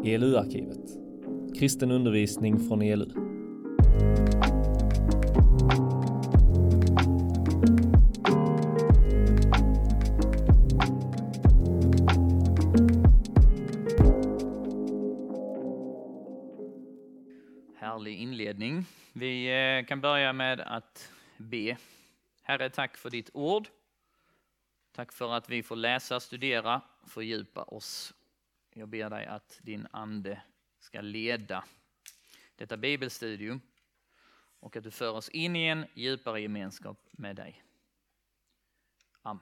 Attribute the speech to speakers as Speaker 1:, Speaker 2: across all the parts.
Speaker 1: ELU-arkivet. Kristen undervisning från ELU.
Speaker 2: Härlig inledning. Vi kan börja med att be. Herre, tack för ditt ord. Tack för att vi får läsa, studera, fördjupa oss. Jag ber dig att din ande ska leda detta bibelstudium och att du för oss in i en djupare gemenskap med dig. Amen.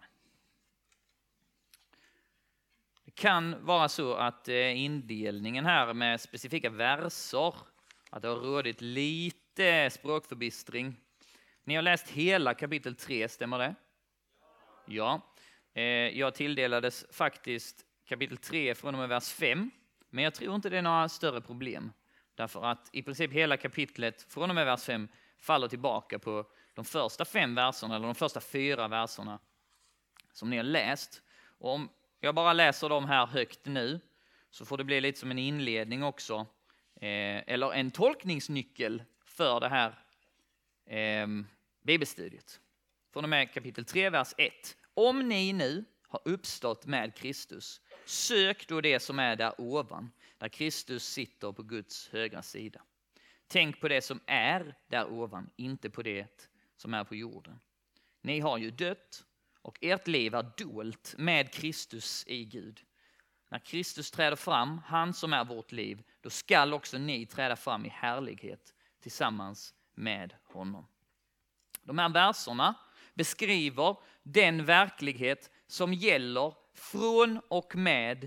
Speaker 2: Det kan vara så att indelningen här med specifika verser, att det har rådit lite språkförbistring. Ni har läst hela kapitel 3, stämmer det? Ja. Jag tilldelades faktiskt kapitel 3 från och med vers 5. Men jag tror inte det är några större problem. Därför att i princip hela kapitlet från och med vers 5 faller tillbaka på de första 5 verserna, eller de första 4 verserna som ni har läst. Och om jag bara läser dem här högt nu så får det bli lite som en inledning också. Eller en tolkningsnyckel för det här bibelstudiet. Från och med kapitel 3, vers 1. Om ni nu har uppstått med Kristus, sök då det som är där ovan, där Kristus sitter på Guds högra sida. Tänk på det som är där ovan, inte på det som är på jorden. Ni har ju dött och ert liv är dolt med Kristus i Gud. När Kristus träder fram, han som är vårt liv, då skall också ni träda fram i härlighet tillsammans med honom. De här verserna beskriver den verklighet som gäller från och med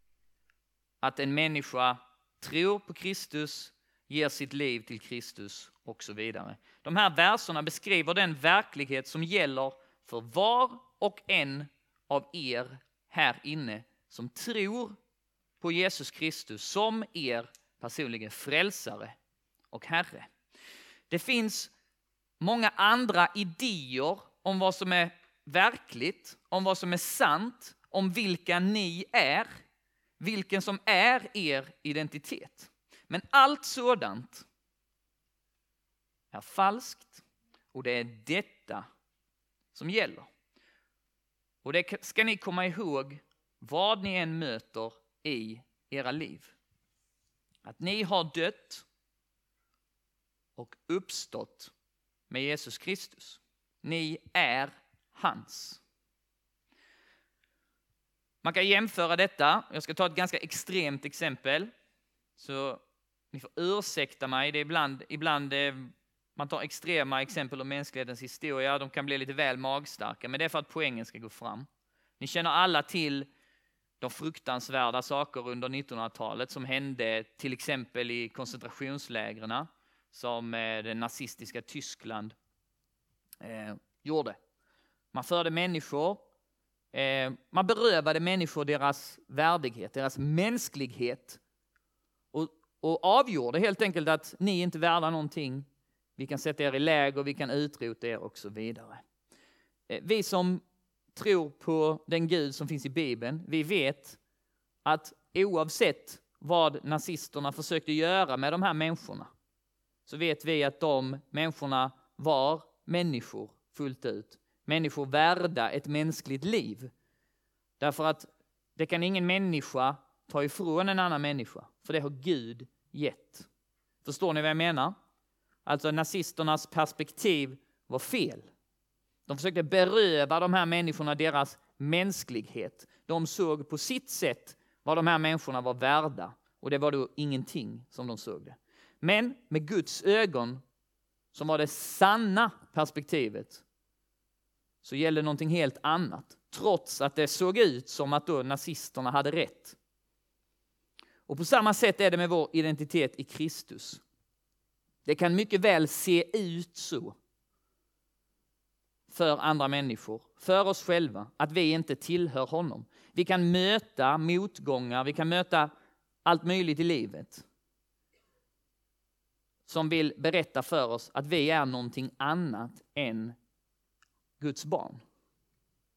Speaker 2: att en människa tror på Kristus, ger sitt liv till Kristus och så vidare. De här verserna beskriver den verklighet som gäller för var och en av er här inne som tror på Jesus Kristus som er personliga frälsare och Herre. Det finns många andra idéer om vad som är verkligt, om vad som är sant, om vilka ni är, vilken som är er identitet. Men allt sådant är falskt och det är detta som gäller. Och det ska ni komma ihåg vad ni än möter i era liv. Att ni har dött och uppstått med Jesus Kristus. Ni är hans. Man kan jämföra detta. Jag ska ta ett ganska extremt exempel. Så ni får ursäkta mig. Det är ibland man tar extrema exempel om mänsklighetens historia. De kan bli lite väl magstarka. Men det är för att poängen ska gå fram. Ni känner alla till de fruktansvärda saker under 1900-talet som hände till exempel i koncentrationslägren som det nazistiska Tyskland gjorde. Man förde människor, man berövade människor deras värdighet, deras mänsklighet och avgjorde helt enkelt att ni inte är värda någonting. Vi kan sätta er i läger, vi kan utrota er och så vidare. Vi som tror på den Gud som finns i Bibeln, vi vet att oavsett vad nazisterna försökte göra med de här människorna så vet vi att de människorna var människor fullt ut. Människor värda ett mänskligt liv. Därför att det kan ingen människa ta ifrån en annan människa. För det har Gud gett. Förstår ni vad jag menar? Alltså nazisternas perspektiv var fel. De försökte beröva de här människorna deras mänsklighet. De såg på sitt sätt vad de här människorna var värda. Och det var då ingenting som de såg det. Men med Guds ögon som var det sanna perspektivet så gällde någonting helt annat. Trots att det såg ut som att då nazisterna hade rätt. Och på samma sätt är det med vår identitet i Kristus. Det kan mycket väl se ut så för andra människor, för oss själva, att vi inte tillhör honom. Vi kan möta motgångar, vi kan möta allt möjligt i livet som vill berätta för oss att vi är någonting annat än Guds barn.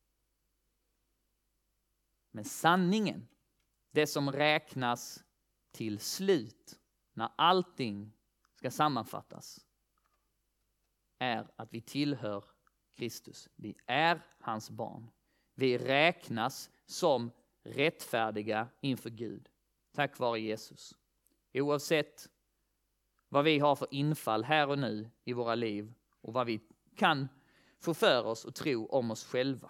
Speaker 2: Men sanningen, det som räknas till slut, när allting ska sammanfattas, är att vi tillhör Kristus. Vi är hans barn. Vi räknas som rättfärdiga inför Gud tack vare Jesus. Oavsett vad vi har för infall här och nu i våra liv och vad vi kan få för oss och tro om oss själva.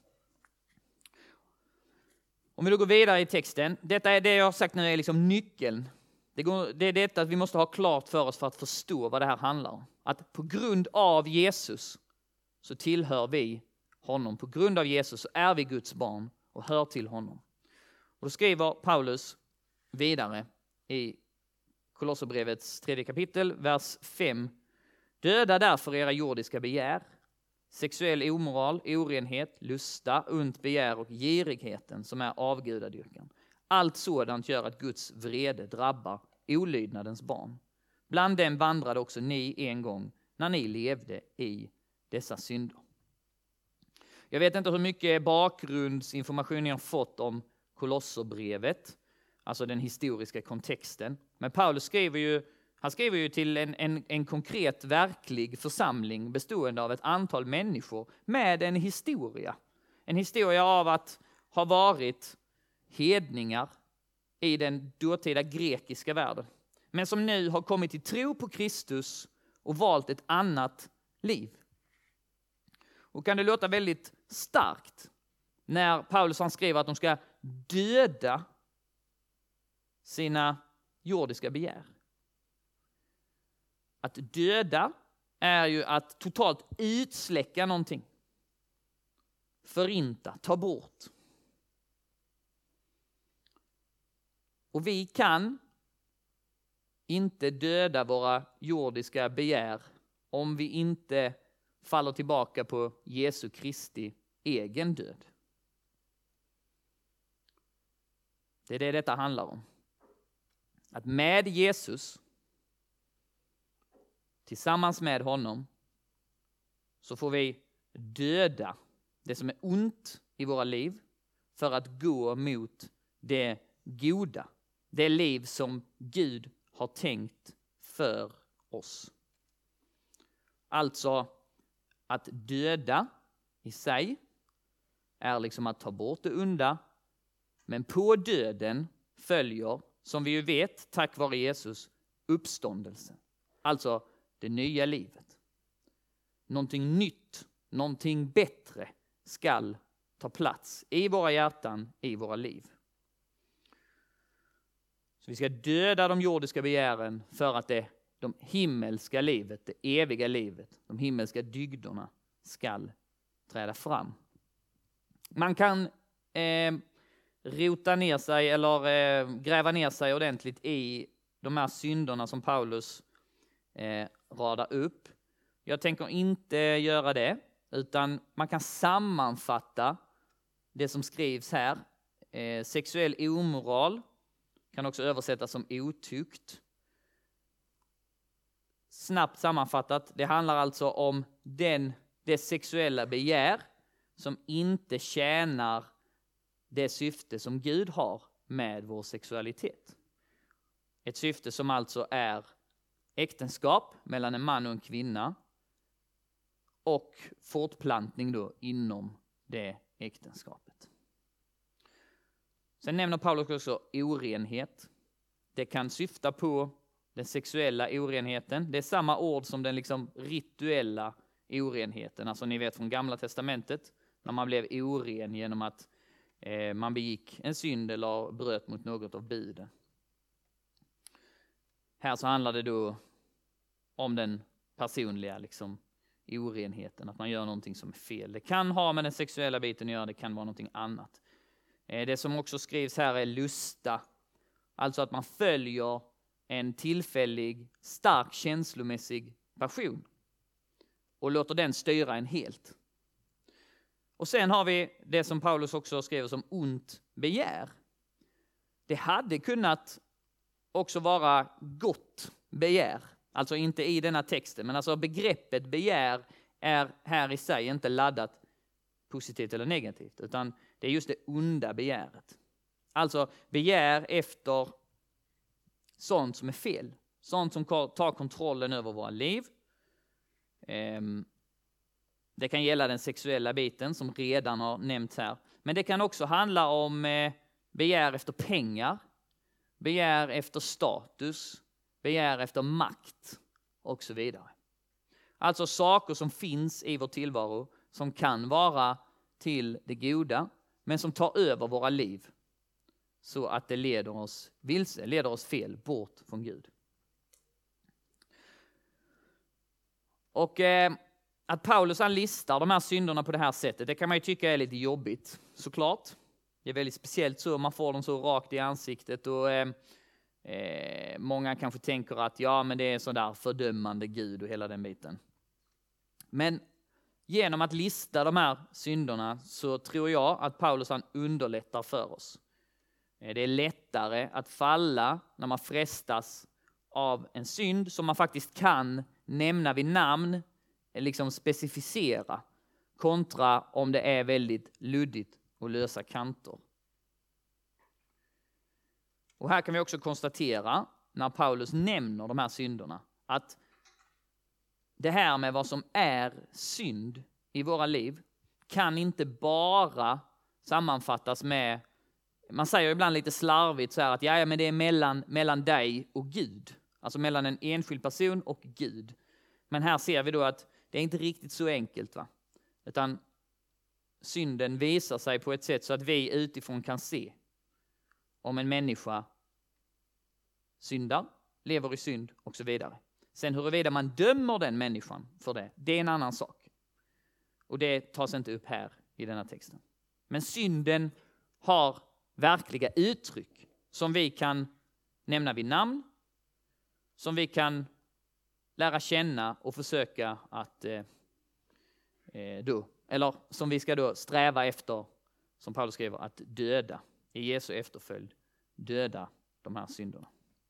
Speaker 2: Om vi då går vidare i texten. Detta är det jag har sagt nu är liksom nyckeln. Det är detta att vi måste ha klart för oss för att förstå vad det här handlar om. Att på grund av Jesus så tillhör vi honom. På grund av Jesus så är vi Guds barn och hör till honom. Och då skriver Paulus vidare i Kolosserbrevets 3 kapitel, vers 5. Döda därför era jordiska begär, sexuell omoral, orenhet, lusta, ont begär och girigheten som är avgudadyrkan. Allt sådant gör att Guds vrede drabbar olydnadens barn. Bland dem vandrade också ni en gång när ni levde i dessa synder. Jag vet inte hur mycket bakgrundsinformation ni har fått om Kolosserbrevet, alltså den historiska kontexten. Men Paulus skriver ju till en konkret, verklig församling bestående av ett antal människor med en historia. En historia av att ha varit hedningar i den dåtida grekiska världen. Men som nu har kommit till tro på Kristus och valt ett annat liv. Och kan det låta väldigt starkt när Paulus han skriver att de ska döda sina jordiska begär. Att döda är ju att totalt utsläcka någonting. Förinta, ta bort. Och vi kan inte döda våra jordiska begär om vi inte faller tillbaka på Jesu Kristi egen död. Det är det detta handlar om. Att med Jesus, tillsammans med honom, så får vi döda det som är ont i våra liv för att gå mot det goda. Det liv som Gud har tänkt för oss. Alltså att döda i sig är liksom att ta bort det onda. Men på döden följer, som vi ju vet, tack vare Jesus, uppståndelsen. Alltså det nya livet. Någonting nytt, någonting bättre skall ta plats i våra hjärtan, i våra liv. Så vi ska döda de jordiska begären för att de himmelska livet, det eviga livet, de himmelska dygderna skall träda fram. Man kan rota ner sig eller gräva ner sig ordentligt i de här synderna som Paulus radar upp. Jag tänker inte göra det, utan man kan sammanfatta det som skrivs här. Sexuell omoral kan också översättas som otukt. Snabbt sammanfattat, det handlar alltså om det sexuella begär som inte tjänar det syfte som Gud har med vår sexualitet. Ett syfte som alltså är äktenskap mellan en man och en kvinna och fortplantning då inom det äktenskapet. Sen nämner Paulus också orenhet. Det kan syfta på den sexuella orenheten. Det är samma ord som den liksom rituella orenheten. Alltså ni vet från Gamla testamentet när man blev oren genom att man begick en synd eller bröt mot något av buden. Här så handlar det då om den personliga liksom orenheten, att man gör någonting som är fel. Det kan ha med den sexuella biten att göra, det kan vara någonting annat. Det som också skrivs här är lusta, alltså att man följer en tillfällig, stark känslomässig passion och låter den styra en helt. Och sen har vi det som Paulus också skriver som ont begär. Det hade kunnat också vara gott begär. Alltså inte i denna texten, men alltså begreppet begär är här i sig inte laddat positivt eller negativt, utan det är just det onda begäret. Alltså begär efter sånt som är fel. Sånt som tar kontrollen över våra liv. Det kan gälla den sexuella biten som redan har nämnts här. Men det kan också handla om begär efter pengar, begär efter status, begär efter makt och så vidare. Alltså saker som finns i vår tillvaro som kan vara till det goda, men som tar över våra liv så att det leder oss vilse, leder oss fel, bort från Gud. Och att Paulus han listar de här synderna på det här sättet, det kan man ju tycka är lite jobbigt, såklart. Det är väldigt speciellt så, man får dem så rakt i ansiktet och många kanske tänker att ja, men det är sådär fördömande Gud och hela den biten. Men genom att lista de här synderna så tror jag att Paulus han underlättar för oss. Det är lättare att falla när man frestas av en synd som man faktiskt kan nämna vid namn, liksom specificera, kontra om det är väldigt luddigt och lösa kanter. Och här kan vi också konstatera, när Paulus nämner de här synderna, att det här med vad som är synd i våra liv kan inte bara sammanfattas med, man säger ibland lite slarvigt så här att ja, men det är mellan dig och Gud. Alltså mellan en enskild person och Gud. Men här ser vi då att det är inte riktigt så enkelt, va? Utan synden visar sig på ett sätt så att vi utifrån kan se om en människa syndar, lever i synd och så vidare. Sen huruvida man dömer den människan för det är en annan sak. Och det tas inte upp här i den här texten. Men synden har verkliga uttryck som vi kan nämna vid namn, som vi kan lära känna och försöka att eller som vi ska då sträva efter, som Paulus skriver, att döda i Jesu efterföljd, döda de här synderna.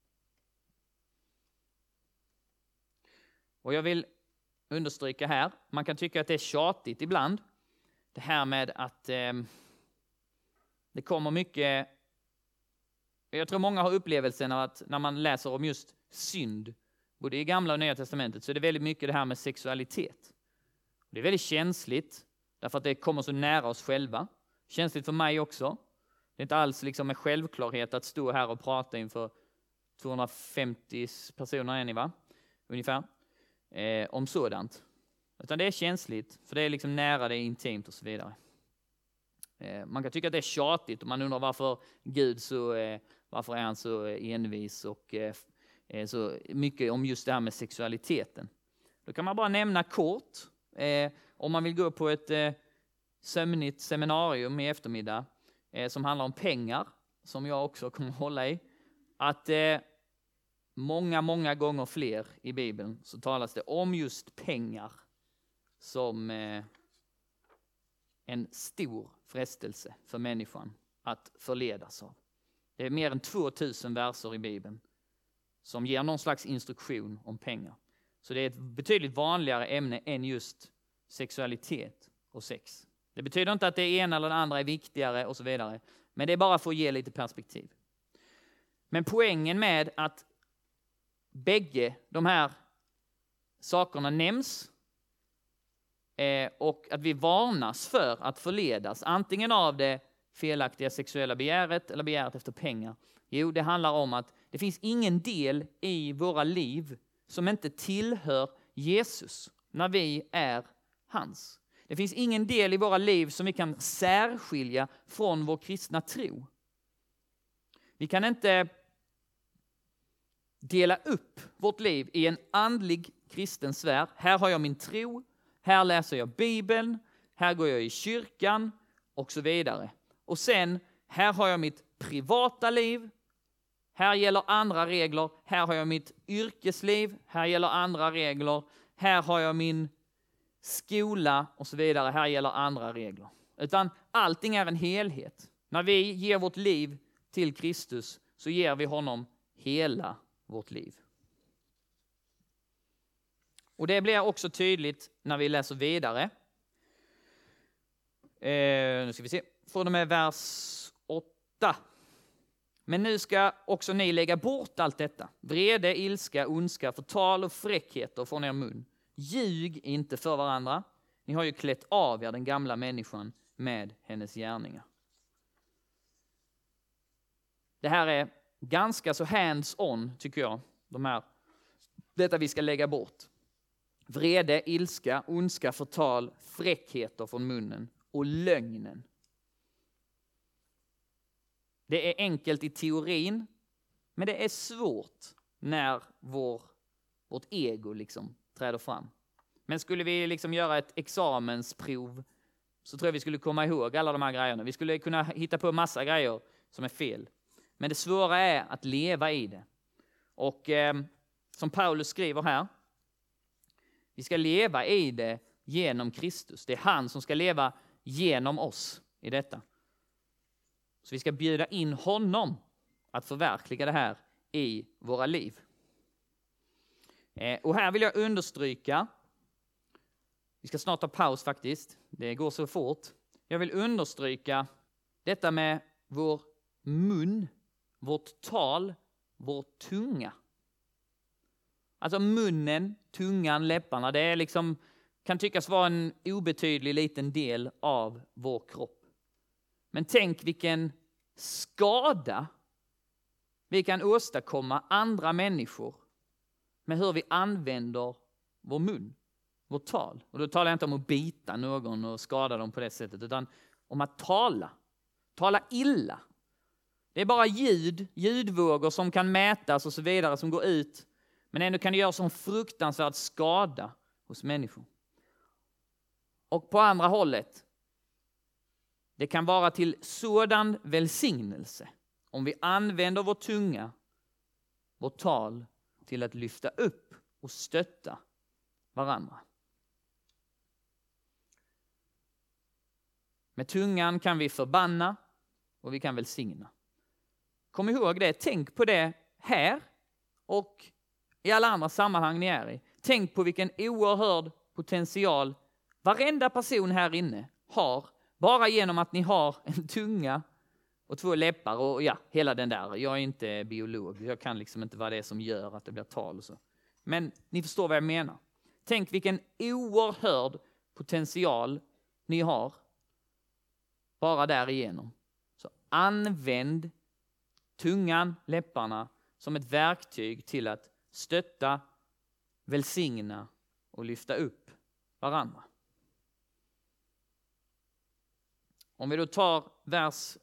Speaker 2: Och jag vill understryka här, man kan tycka att det är tjatigt ibland, det här med att det kommer mycket, jag tror många har upplevelsen av att när man läser om just synd, både i Gamla och Nya testamentet, så är det väldigt mycket det här med sexualitet. Det är väldigt känsligt, därför att det kommer så nära oss själva. Känsligt för mig också. Det är inte alls liksom en självklarhet att stå här och prata inför 250 personer är ni, va? Ungefär. Om sådant. Utan det är känsligt, för det är liksom nära, det är intimt och så vidare. Man kan tycka att det är tjatigt och man undrar varför Gud varför är han så envis och så mycket om just det här med sexualiteten. Då kan man bara nämna kort, om man vill gå på ett sömnigt seminarium i eftermiddag som handlar om pengar, som jag också kommer hålla i, att många gånger fler i Bibeln så talas det om just pengar som en stor frestelse för människan att förledas av. Det är mer än 2000 verser i Bibeln som ger någon slags instruktion om pengar. Så det är ett betydligt vanligare ämne än just sexualitet och sex. Det betyder inte att det ena eller det andra är viktigare och så vidare. Men det är bara för att ge lite perspektiv. Men poängen med att bägge de här sakerna nämns och att vi varnas för att förledas antingen av det felaktiga sexuella begäret eller begäret efter pengar. Jo, det handlar om att det finns ingen del i våra liv som inte tillhör Jesus när vi är hans. Det finns ingen del i våra liv som vi kan särskilja från vår kristna tro. Vi kan inte dela upp vårt liv i en andlig kristen sfär. Här har jag min tro, här läser jag Bibeln, här går jag i kyrkan och så vidare. Och sen, här har jag mitt privata liv, här gäller andra regler, här har jag mitt yrkesliv, här gäller andra regler, här har jag min skola och så vidare, här gäller andra regler. Utan allting är en helhet. När vi ger vårt liv till Kristus så ger vi honom hela vårt liv. Och det blir också tydligt när vi läser vidare. Nu ska vi se, från och med vers 8. Men nu ska också ni lägga bort allt detta. Vrede, ilska, ondska, förtal och fräckheter från er mun. Ljug inte för varandra. Ni har ju klätt av er den gamla människan med hennes gärningar. Det här är ganska så hands-on tycker jag. Detta vi ska lägga bort. Vrede, ilska, ondska, förtal, fräckheter från munnen och lögnen. Det är enkelt i teorin, men det är svårt när vårt ego liksom träder fram. Men skulle vi liksom göra ett examensprov så tror jag vi skulle komma ihåg alla de här grejerna. Vi skulle kunna hitta på massa grejer som är fel. Men det svåra är att leva i det. Och som Paulus skriver här, vi ska leva i det genom Kristus. Det är han som ska leva genom oss i detta. Så vi ska bjuda in honom att förverkliga det här i våra liv. Och här vill jag understryka, vi ska snart ta paus faktiskt, det går så fort. Jag vill understryka detta med vår mun, vårt tal, vår tunga. Alltså munnen, tungan, läpparna, det är liksom, kan tyckas vara en obetydlig liten del av vår kropp. Men tänk vilken skada vi kan åstadkomma andra människor med hur vi använder vår mun, vårt tal. Och då talar jag inte om att bita någon och skada dem på det sättet, utan om att tala illa. Det är bara ljudvågor som kan mätas och så vidare som går ut, men ändå kan det göra sån fruktansvärd skada hos människor. Och på andra hållet, det kan vara till sådan välsignelse om vi använder vår tunga, vårt tal, till att lyfta upp och stötta varandra. Med tungan kan vi förbanna och vi kan välsigna. Kom ihåg det, tänk på det här och i alla andra sammanhang ni är i. Tänk på vilken oerhörd potential varenda person här inne har, bara genom att ni har en tunga och 2 läppar och ja, hela den där. Jag är inte biolog, jag kan liksom inte vad det är som gör att det blir tal och så. Men ni förstår vad jag menar. Tänk vilken oerhörd potential ni har bara därigenom. Så använd tungan, läpparna som ett verktyg till att stötta, välsigna och lyfta upp varandra. Om vi då tar vers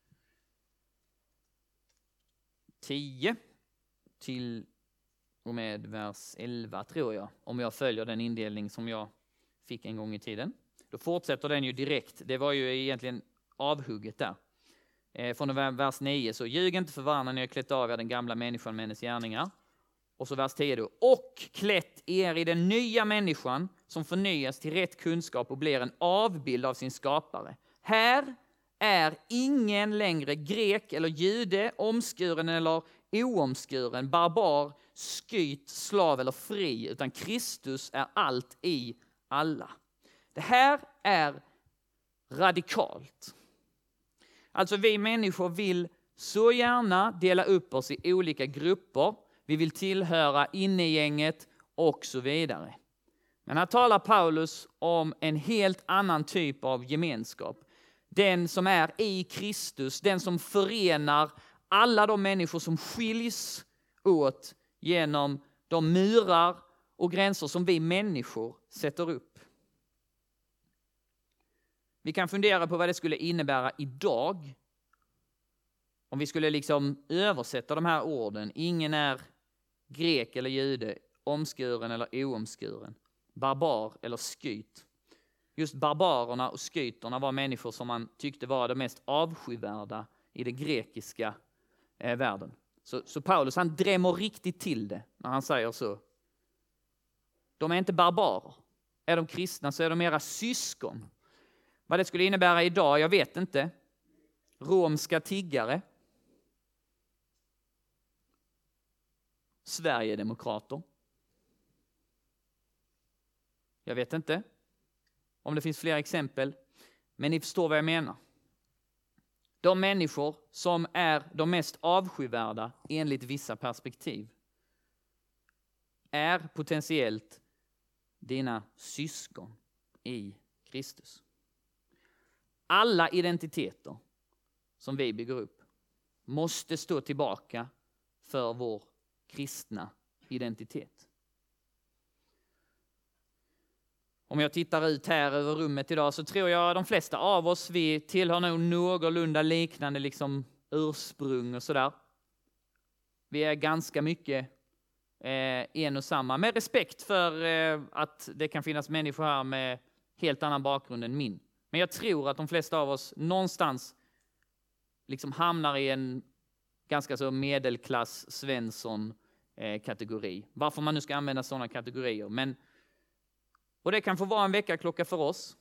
Speaker 2: 10 till och med vers 11 tror jag, om jag följer den indelning som jag fick en gång i tiden. Då fortsätter den ju direkt. Det var ju egentligen avhugget där. Från vers 9 så ljug inte för varandra när ni har klätt av er den gamla människan med hennes gärningar. Och så vers 10 då. Och klätt er i den nya människan som förnyas till rätt kunskap och blir en avbild av sin skapare. Här är ingen längre grek eller jude, omskuren eller oomskuren, barbar, skyt, slav eller fri, utan Kristus är allt i alla. Det här är radikalt. Alltså vi människor vill så gärna dela upp oss i olika grupper. Vi vill tillhöra innegänget och så vidare. Men här talar Paulus om en helt annan typ av gemenskap. Den som är i Kristus, den som förenar alla de människor som skiljs åt genom de murar och gränser som vi människor sätter upp. Vi kan fundera på vad det skulle innebära idag om vi skulle liksom översätta de här orden. Ingen är grek eller jude, omskuren eller oomskuren, barbar eller skyt. Just barbarerna och skyterna var människor som man tyckte var de mest avskyvärda i den grekiska världen. Så Paulus han drämmer riktigt till det när han säger så. De är inte barbarer. Är de kristna så är de era syskon. Vad det skulle innebära idag, jag vet inte. Romska tiggare. Sverigedemokrater. Jag vet inte om det finns fler exempel. Men ni förstår vad jag menar. De människor som är de mest avskyvärda enligt vissa perspektiv är potentiellt dina syskon i Kristus. Alla identiteter som vi bygger upp måste stå tillbaka för vår kristna identitet. Om jag tittar ut här över rummet idag så tror jag de flesta av oss, vi tillhör nog någorlunda liknande liksom ursprung och sådär. Vi är ganska mycket en och samma. Med respekt för att det kan finnas människor här med helt annan bakgrund än min. Men jag tror att de flesta av oss någonstans liksom hamnar i en ganska så medelklass Svensson kategori. Varför man nu ska använda sådana kategorier. Och det kan få vara en väckarklocka för oss.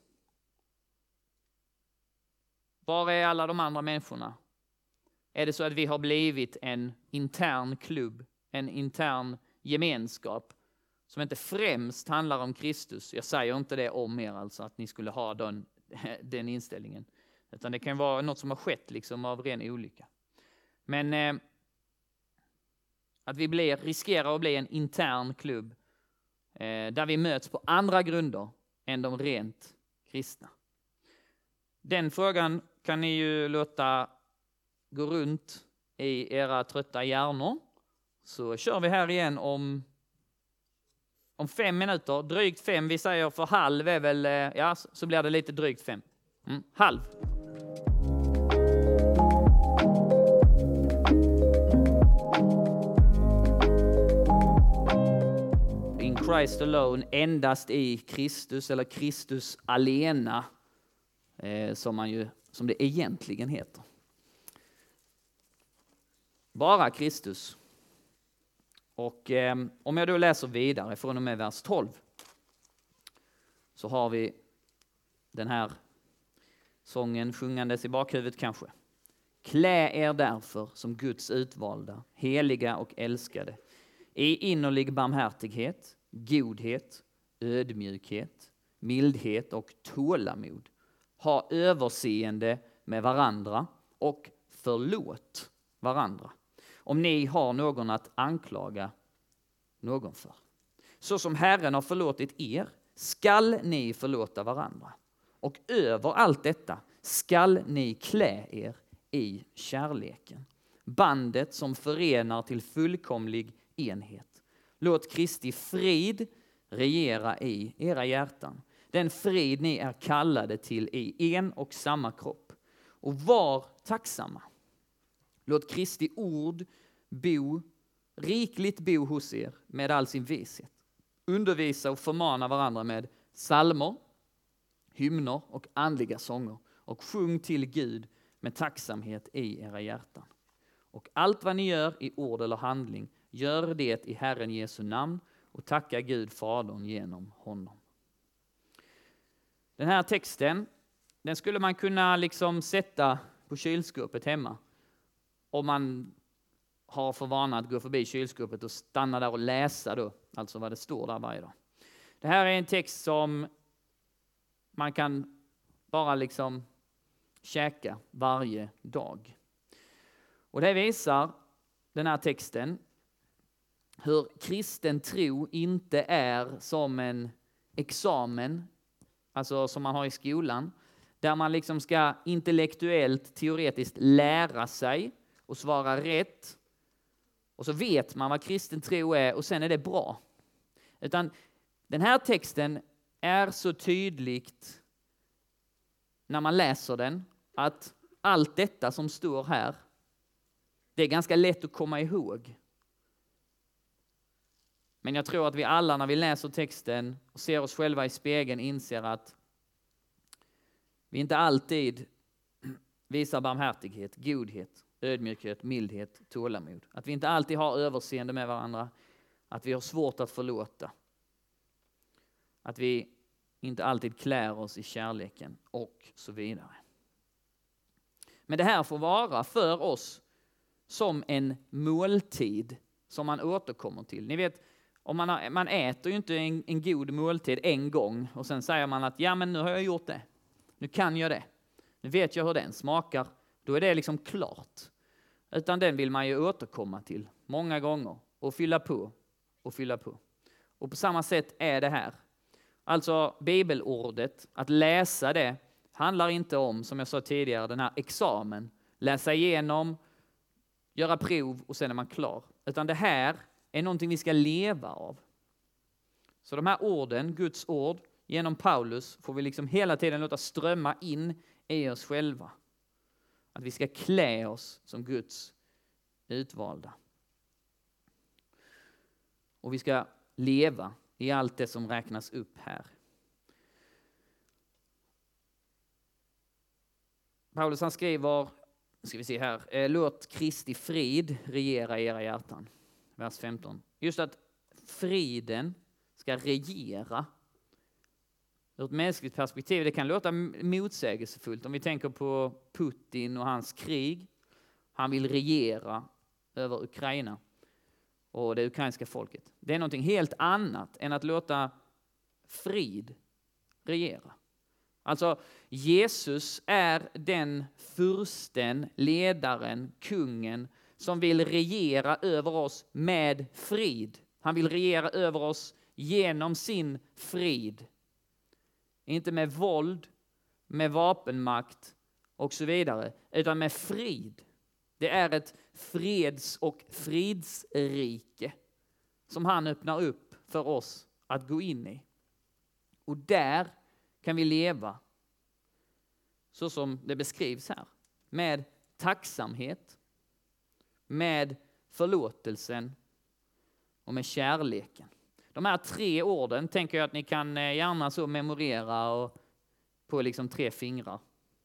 Speaker 2: Var är alla de andra människorna? Är det så att vi har blivit en intern klubb, en intern gemenskap som inte främst handlar om Kristus? Jag säger inte det om er, alltså att ni skulle ha den inställningen. Utan det kan vara något som har skett liksom av ren olycka. Men att vi riskerar att bli en intern klubb där vi möts på andra grunder än de rent kristna. Den frågan kan ni ju låta gå runt i era trötta hjärnor. Så kör vi här igen om 5 minuter. Drygt 5, vi säger för halv är väl, ja så blir det lite drygt 5. Halv. In Christ alone, endast i Kristus eller Kristus alena, som det egentligen heter. Bara Kristus. Och om jag då läser vidare från och med vers 12 så har vi den här sången sjungandes i bakhuvudet kanske. Klä er därför som Guds utvalda, heliga och älskade, i innerlig barmhärtighet, godhet, ödmjukhet, mildhet och tålamod. Ha överseende med varandra och förlåt varandra, om ni har någon att anklaga någon för. Så som Herren har förlåtit er, skall ni förlåta varandra. Och över allt detta skall ni klä er i kärleken. Bandet som förenar till fullkomlig enhet. Låt Kristi frid regera i era hjärtan. Den frid ni är kallade till i en och samma kropp. Och var tacksamma. Låt Kristi ord rikligt bo hos er med all sin vishet. Undervisa och förmana varandra med psalmer, hymner och andliga sånger. Och sjung till Gud med tacksamhet i era hjärtan. Och allt vad ni gör i ord eller handling, gör det i Herren Jesu namn och tacka Gud Fadern genom honom. Den här texten, den skulle man kunna liksom sätta på kylskåpet hemma. Om man har för vana att gå förbi kylskåpet och stanna där och läsa då, alltså vad det står där varje dag. Det här är en text som man kan bara liksom käka varje dag. Och det visar den här texten hur kristen tro inte är som en examen, alltså som man har i skolan, där man liksom ska intellektuellt, teoretiskt lära sig och svara rätt. Och så vet man vad kristen tro är och sen är det bra. Utan den här texten är så tydligt när man läser den att allt detta som står här, det är ganska lätt att komma ihåg. Men jag tror att vi alla när vi läser texten och ser oss själva i spegeln inser att vi inte alltid visar barmhärtighet, godhet, ödmjukhet, mildhet, tålamod. Att vi inte alltid har överseende med varandra. Att vi har svårt att förlåta. Att vi inte alltid klär oss i kärleken och så vidare. Men det här får vara för oss som en måltid som man återkommer till. Ni vet, om man äter ju inte en god måltid en gång och sen säger man att ja, men nu har jag gjort det. Nu kan jag det. Nu vet jag hur den smakar. då är det liksom klart. Utan den vill man ju återkomma till många gånger och fylla på och fylla på. Och på samma sätt är det här. Alltså bibelordet, att läsa det, handlar inte om, som jag sa tidigare, den här examen. Läsa igenom, göra prov och sen är man klar. Utan det här är någonting vi ska leva av. Så de här orden, Guds ord, genom Paulus får vi liksom hela tiden låta strömma in i oss själva. Att vi ska klä oss som Guds utvalda. Och vi ska leva i allt det som räknas upp här. Paulus han skriver, ska vi se här, låt Kristi frid regera i era hjärtan. Vers 15. Just att friden ska regera. Ur ett mänskligt perspektiv, det kan låta motsägelsefullt om vi tänker på Putin och hans krig. Han vill regera över Ukraina och det ukrainska folket. Det är någonting helt annat än att låta frid regera. Alltså Jesus är den fursten, ledaren, kungen som vill regera över oss med frid. Han vill regera över oss genom sin frid. Inte med våld, med vapenmakt och så vidare, utan med frid. Det är ett freds- och fridsrike som han öppnar upp för oss att gå in i. Och där kan vi leva så som det beskrivs här. Med tacksamhet, med förlåtelsen och med kärleken. De här 3 orden tänker jag att ni kan gärna så memorera och på liksom 3 fingrar.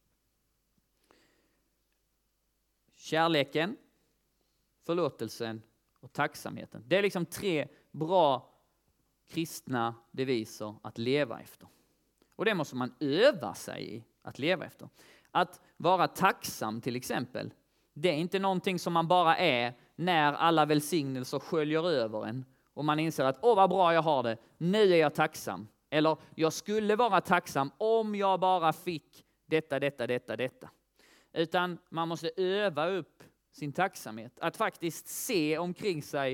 Speaker 2: Kärleken, förlåtelsen och tacksamheten. Det är liksom 3 bra kristna deviser att leva efter. Och det måste man öva sig i att leva efter. Att vara tacksam till exempel, det är inte någonting som man bara är när alla välsignelser sköljer över en. Och man inser att vad bra jag har det, nu är jag tacksam. Eller jag skulle vara tacksam om jag bara fick detta. Utan man måste öva upp sin tacksamhet. Att faktiskt se omkring sig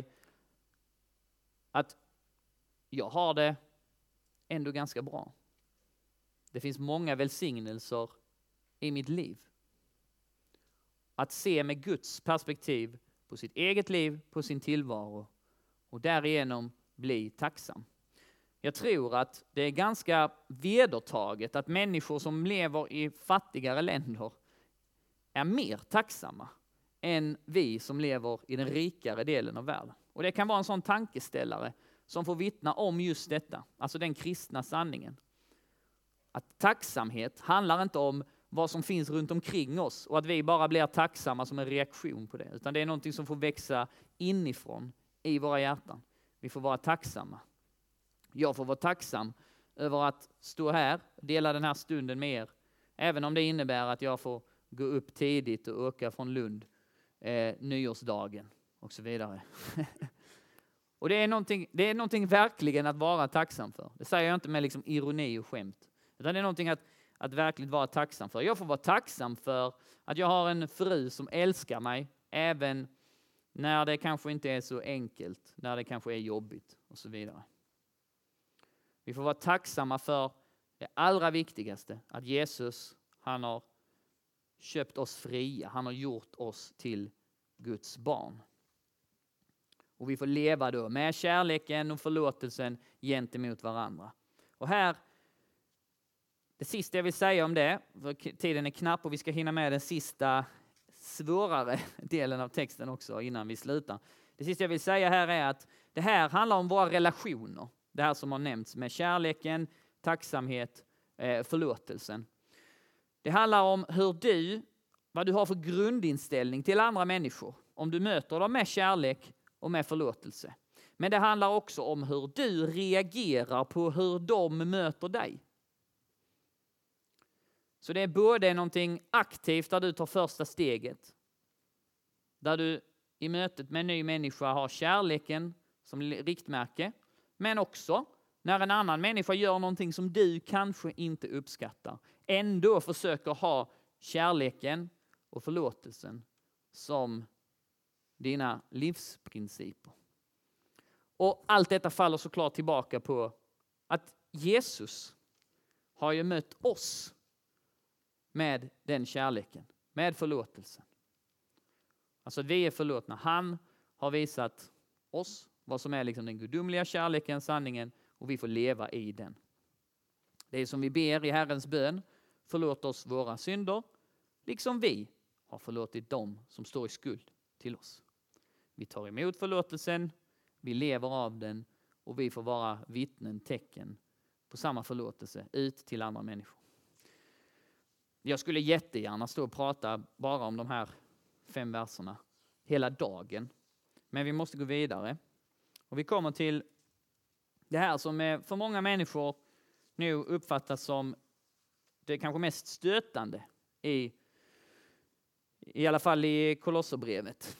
Speaker 2: att jag har det ändå ganska bra. Det finns många välsignelser i mitt liv. Att se med Guds perspektiv på sitt eget liv, på sin tillvaro. Och därigenom bli tacksam. Jag tror att det är ganska vedertaget att människor som lever i fattigare länder är mer tacksamma än vi som lever i den rikare delen av världen. Och det kan vara en sån tankeställare som får vittna om just detta, alltså den kristna sanningen. Att tacksamhet handlar inte om vad som finns runt omkring oss och att vi bara blir tacksamma som en reaktion på det, utan det är någonting som får växa inifrån i våra hjärtan. Vi får vara tacksamma. Jag får vara tacksam över att stå här och dela den här stunden med er, även om det innebär att jag får gå upp tidigt och åka från Lund nyårsdagen och så vidare. Och det är någonting verkligen att vara tacksam för. Det säger jag inte med liksom ironi och skämt, utan det är någonting att verkligen vara tacksam för. Jag får vara tacksam för att jag har en fru som älskar mig, även när det kanske inte är så enkelt, när det kanske är jobbigt och så vidare. Vi får vara tacksamma för det allra viktigaste, att Jesus, han har köpt oss fria. Han har gjort oss till Guds barn. Och vi får leva då med kärleken och förlåtelsen gentemot varandra. Och här, det sista jag vill säga om det, för tiden är knapp och vi ska hinna med den sista svårare delen av texten också innan vi slutar. Det sista jag vill säga här är att det här handlar om våra relationer. Det här som har nämnts med kärleken, tacksamhet, förlåtelsen. Det handlar om vad du har för grundinställning till andra människor. Om du möter dem med kärlek och med förlåtelse. Men det handlar också om hur du reagerar på hur de möter dig. Så det är både någonting aktivt där du tar första steget. Där du i mötet med en ny människa har kärleken som riktmärke. Men också när en annan människa gör någonting som du kanske inte uppskattar. Ändå försöker ha kärleken och förlåtelsen som dina livsprinciper. Och allt detta faller såklart tillbaka på att Jesus har ju mött oss med den kärleken, med förlåtelsen. Alltså vi är förlåtna. Han har visat oss vad som är liksom den gudomliga kärleken, sanningen, och vi får leva i den. Det är som vi ber i Herrens bön: förlåt oss våra synder, liksom vi har förlåtit dem som står i skuld till oss. Vi tar emot förlåtelsen, vi lever av den och vi får vara vittnen, tecken på samma förlåtelse ut till andra människor. Jag skulle jättegärna stå och prata bara om de här 5 verserna hela dagen. Men vi måste gå vidare. Och vi kommer till det här som för många människor nu uppfattas som det kanske mest stötande i alla fall i Kolosserbrevet.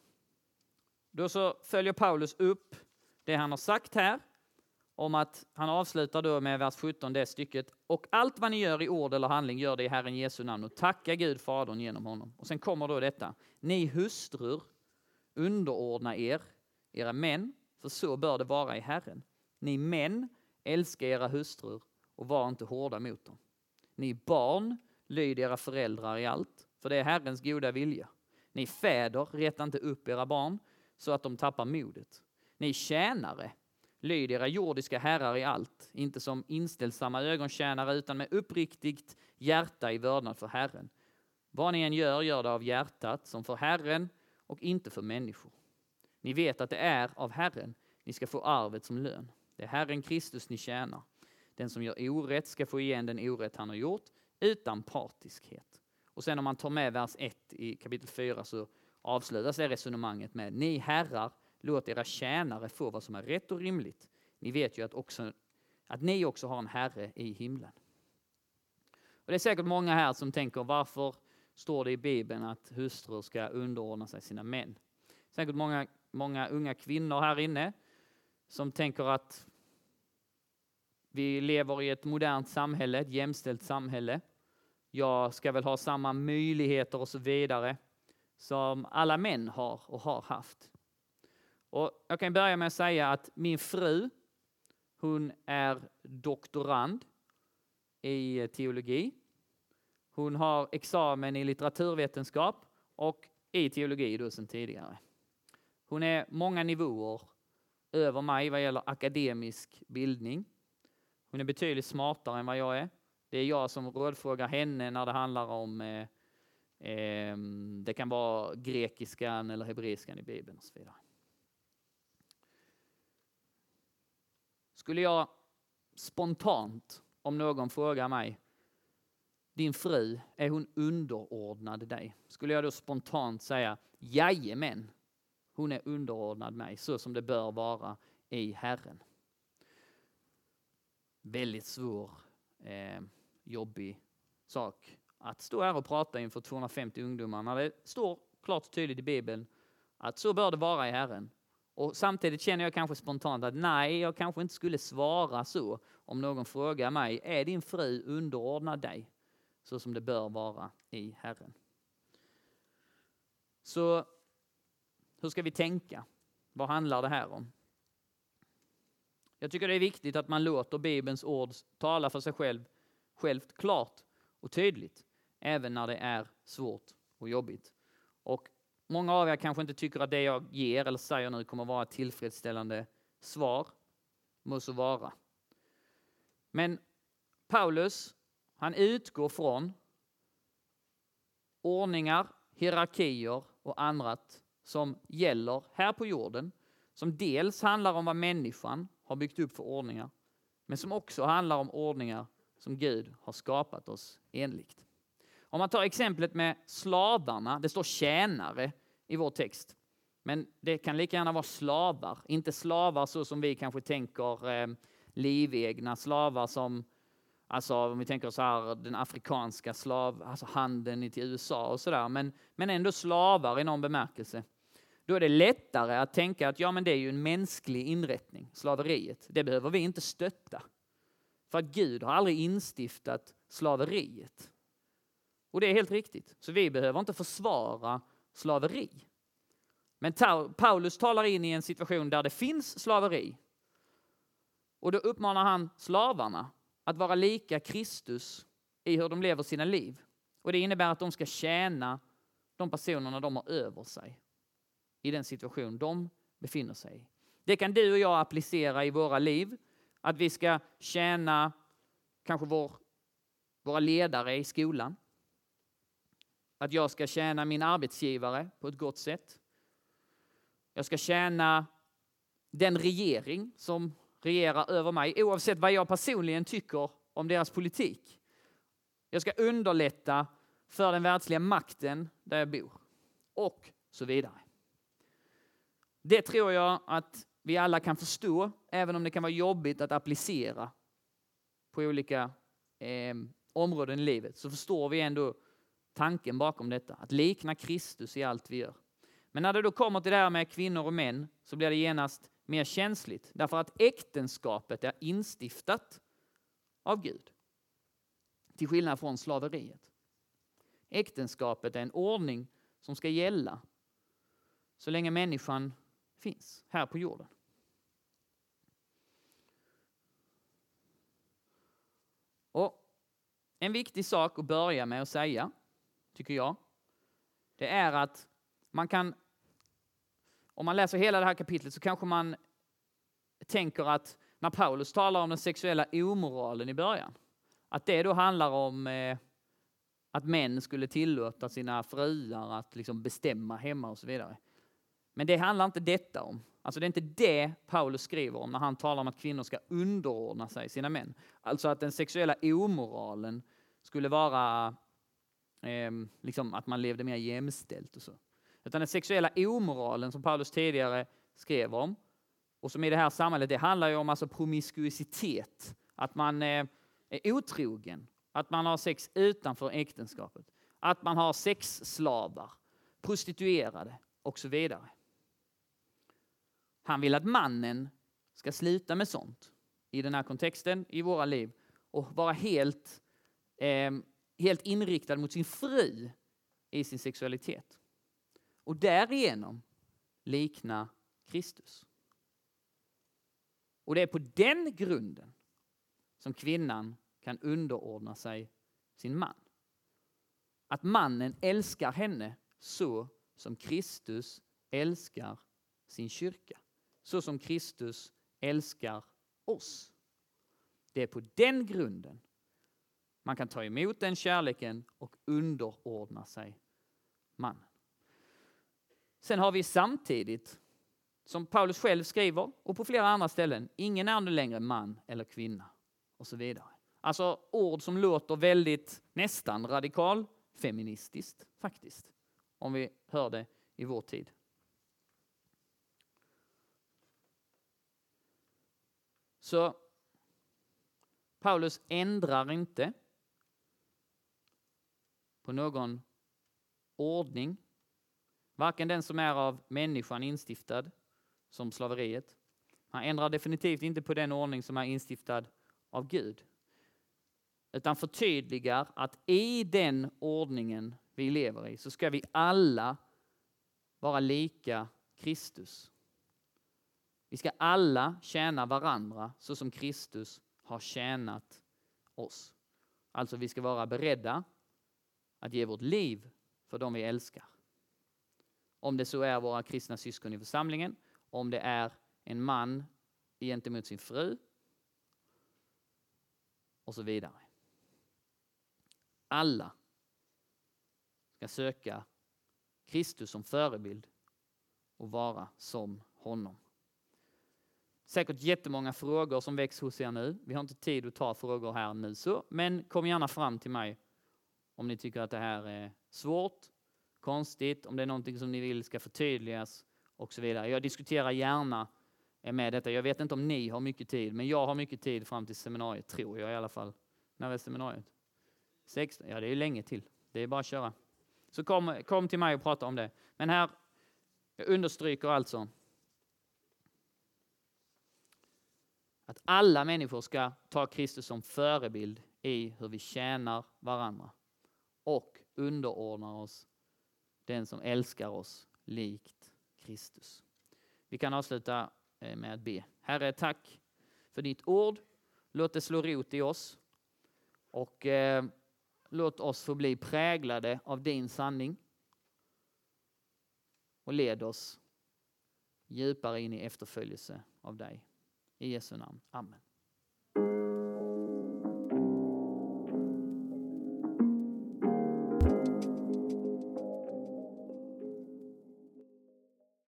Speaker 2: Då så följer Paulus upp det han har sagt här om att han avslutar då med vers 17 det stycket: och allt vad ni gör i ord eller handling, gör det i Herren Jesu namn och tacka Gud Fadern genom honom. Och sen kommer då detta: ni hustrur, underordna era män, för så bör det vara i Herren. Ni män, älska era hustrur och var inte hårda mot dem. Ni barn, lyd era föräldrar i allt, för det är Herrens goda vilja. Ni fäder, rätta inte upp era barn så att de tappar modet. Ni tjänare, lyd era jordiska herrar i allt, inte som inställsamma ögontjänare utan med uppriktigt hjärta i vördnad för Herren. Vad ni än gör, gör det av hjärtat som för Herren och inte för människor. Ni vet att det är av Herren ni ska få arvet som lön. Det är Herren Kristus ni tjänar. Den som gör orätt ska få igen den orätt han har gjort utan partiskhet. Och sen om man tar med vers 1 i kapitel 4 så avslutas det resonemanget med: ni herrar, låt era tjänare få vad som är rätt och rimligt. Ni vet ju att ni också har en herre i himlen. Och det är säkert många här som tänker: varför står det i Bibeln att hustrur ska underordna sig sina män? Säkert många unga kvinnor här inne som tänker att vi lever i ett modernt samhälle, ett jämställt samhälle. Jag ska väl ha samma möjligheter och så vidare som alla män har och har haft. Och jag kan börja med att säga att min fru, hon är doktorand i teologi. Hon har examen i litteraturvetenskap och i teologi då sedan tidigare. Hon är många nivåer över mig vad gäller akademisk bildning. Hon är betydligt smartare än vad jag är. Det är jag som rådfrågar henne när det handlar om det kan vara grekiskan eller hebreiskan i Bibeln och så vidare. Skulle jag spontant, om någon frågar mig: din fru, är hon underordnad dig? Skulle jag då spontant säga: jajamän, hon är underordnad mig, så som det bör vara i Herren. Väldigt svår, jobbig sak att stå här och prata inför 250 ungdomar när det står klart och tydligt i Bibeln att så bör det vara i Herren. Och samtidigt känner jag kanske spontant att nej, jag kanske inte skulle svara så om någon frågar mig: är din fru underordnad dig? Så som det bör vara i Herren. Så hur ska vi tänka? Vad handlar det här om? Jag tycker det är viktigt att man låter Bibelns ord tala för sig självt klart och tydligt, även när det är svårt och jobbigt. Och många av er kanske inte tycker att det jag ger eller säger nu kommer vara ett tillfredsställande svar. Må så vara. Men Paulus, han utgår från ordningar, hierarkier och annat som gäller här på jorden, som dels handlar om vad människan har byggt upp för ordningar, men som också handlar om ordningar som Gud har skapat oss enligt. Om man tar exemplet med slavarna, det står tjänare i vår text, men det kan lika gärna vara slavar, inte slavar så som vi kanske tänker livegna slavar som, alltså om vi tänker så här, den afrikanska alltså handeln till USA och sådär, men ändå slavar i någon bemärkelse. Då är det lättare att tänka att ja, men det är ju en mänsklig inrättning, slaveriet. Det behöver vi inte stötta. För att Gud har aldrig instiftat slaveriet. Och det är helt riktigt. Så vi behöver inte försvara slaveri. Men Paulus talar in i en situation där det finns slaveri. Och då uppmanar han slavarna att vara lika Kristus i hur de lever sina liv. Och det innebär att de ska tjäna de personerna de har över sig i den situation de befinner sig i. Det kan du och jag applicera i våra liv. Att vi ska tjäna kanske våra ledare i skolan. Att jag ska tjäna min arbetsgivare på ett gott sätt. Jag ska tjäna den regering som regerar över mig, oavsett vad jag personligen tycker om deras politik. Jag ska underlätta för den världsliga makten där jag bor. Och så vidare. Det tror jag att vi alla kan förstå, även om det kan vara jobbigt att applicera på olika områden i livet. Så förstår vi ändå tanken bakom detta. Att likna Kristus i allt vi gör. Men när det då kommer till det här med kvinnor och män så blir det genast mer känsligt. Därför att äktenskapet är instiftat av Gud. Till skillnad från slaveriet. Äktenskapet är en ordning som ska gälla så länge människan finns här på jorden. Och en viktig sak att börja med att säga, tycker jag, det är att man kan, om man läser hela det här kapitlet så kanske man tänker att när Paulus talar om den sexuella omoralen i början, att det då handlar om att män skulle tillåta sina fruar att liksom bestämma hemma och så vidare. Men det handlar inte detta om. Alltså det är inte det Paulus skriver om när han talar om att kvinnor ska underordna sig sina män. Alltså att den sexuella omoralen skulle vara liksom att man levde mer jämställt och så. Utan den sexuella omoralen som Paulus tidigare skrev om och som i det här samhället, det handlar ju om alltså promiskuitet. Att man är otrogen. Att man har sex utanför äktenskapet. Att man har sexslavar, prostituerade och så vidare. Han vill att mannen ska sluta med sånt i den här kontexten i våra liv och vara helt inriktad mot sin fru i sin sexualitet. Och därigenom likna Kristus. Och det är på den grunden som kvinnan kan underordna sig sin man. Att mannen älskar henne så som Kristus älskar sin kyrka. Så som Kristus älskar oss. Det är på den grunden man kan ta emot den kärleken och underordna sig mannen. Sen har vi samtidigt, som Paulus själv skriver och på flera andra ställen, ingen är nu längre man eller kvinna och så vidare. Alltså ord som låter väldigt nästan radikal feministiskt faktiskt. Om vi hör det i vår tid. Så Paulus ändrar inte på någon ordning. Varken den som är av människan instiftad som slaveriet. Han ändrar definitivt inte på den ordning som är instiftad av Gud. Utan förtydligar att i den ordningen vi lever i så ska vi alla vara lika Kristus. Vi ska alla tjäna varandra så som Kristus har tjänat oss. Alltså vi ska vara beredda att ge vårt liv för dem vi älskar. Om det så är våra kristna syskon i församlingen, om det är en man gentemot sin fru och så vidare. Alla ska söka Kristus som förebild och vara som honom. Säkert jättemånga frågor som väcks hos er nu. Vi har inte tid att ta frågor här nu så, men kom gärna fram till mig om ni tycker att det här är svårt, konstigt, om det är någonting som ni vill ska förtydligas och så vidare. Jag diskuterar gärna med detta. Jag vet inte om ni har mycket tid, men jag har mycket tid fram till seminariet, tror jag i alla fall. När är seminariet? 16? Ja, det är länge till. Det är bara att köra. Så kom till mig och prata om det. Men här, jag understryker alltså att alla människor ska ta Kristus som förebild i hur vi tjänar varandra. Och underordnar oss den som älskar oss likt Kristus. Vi kan avsluta med att be. Herre, tack för ditt ord. Låt det slå rot i oss. Och låt oss få bli präglade av din sanning. Och led oss djupare in i efterföljelse av dig. I Jesu namn. Amen.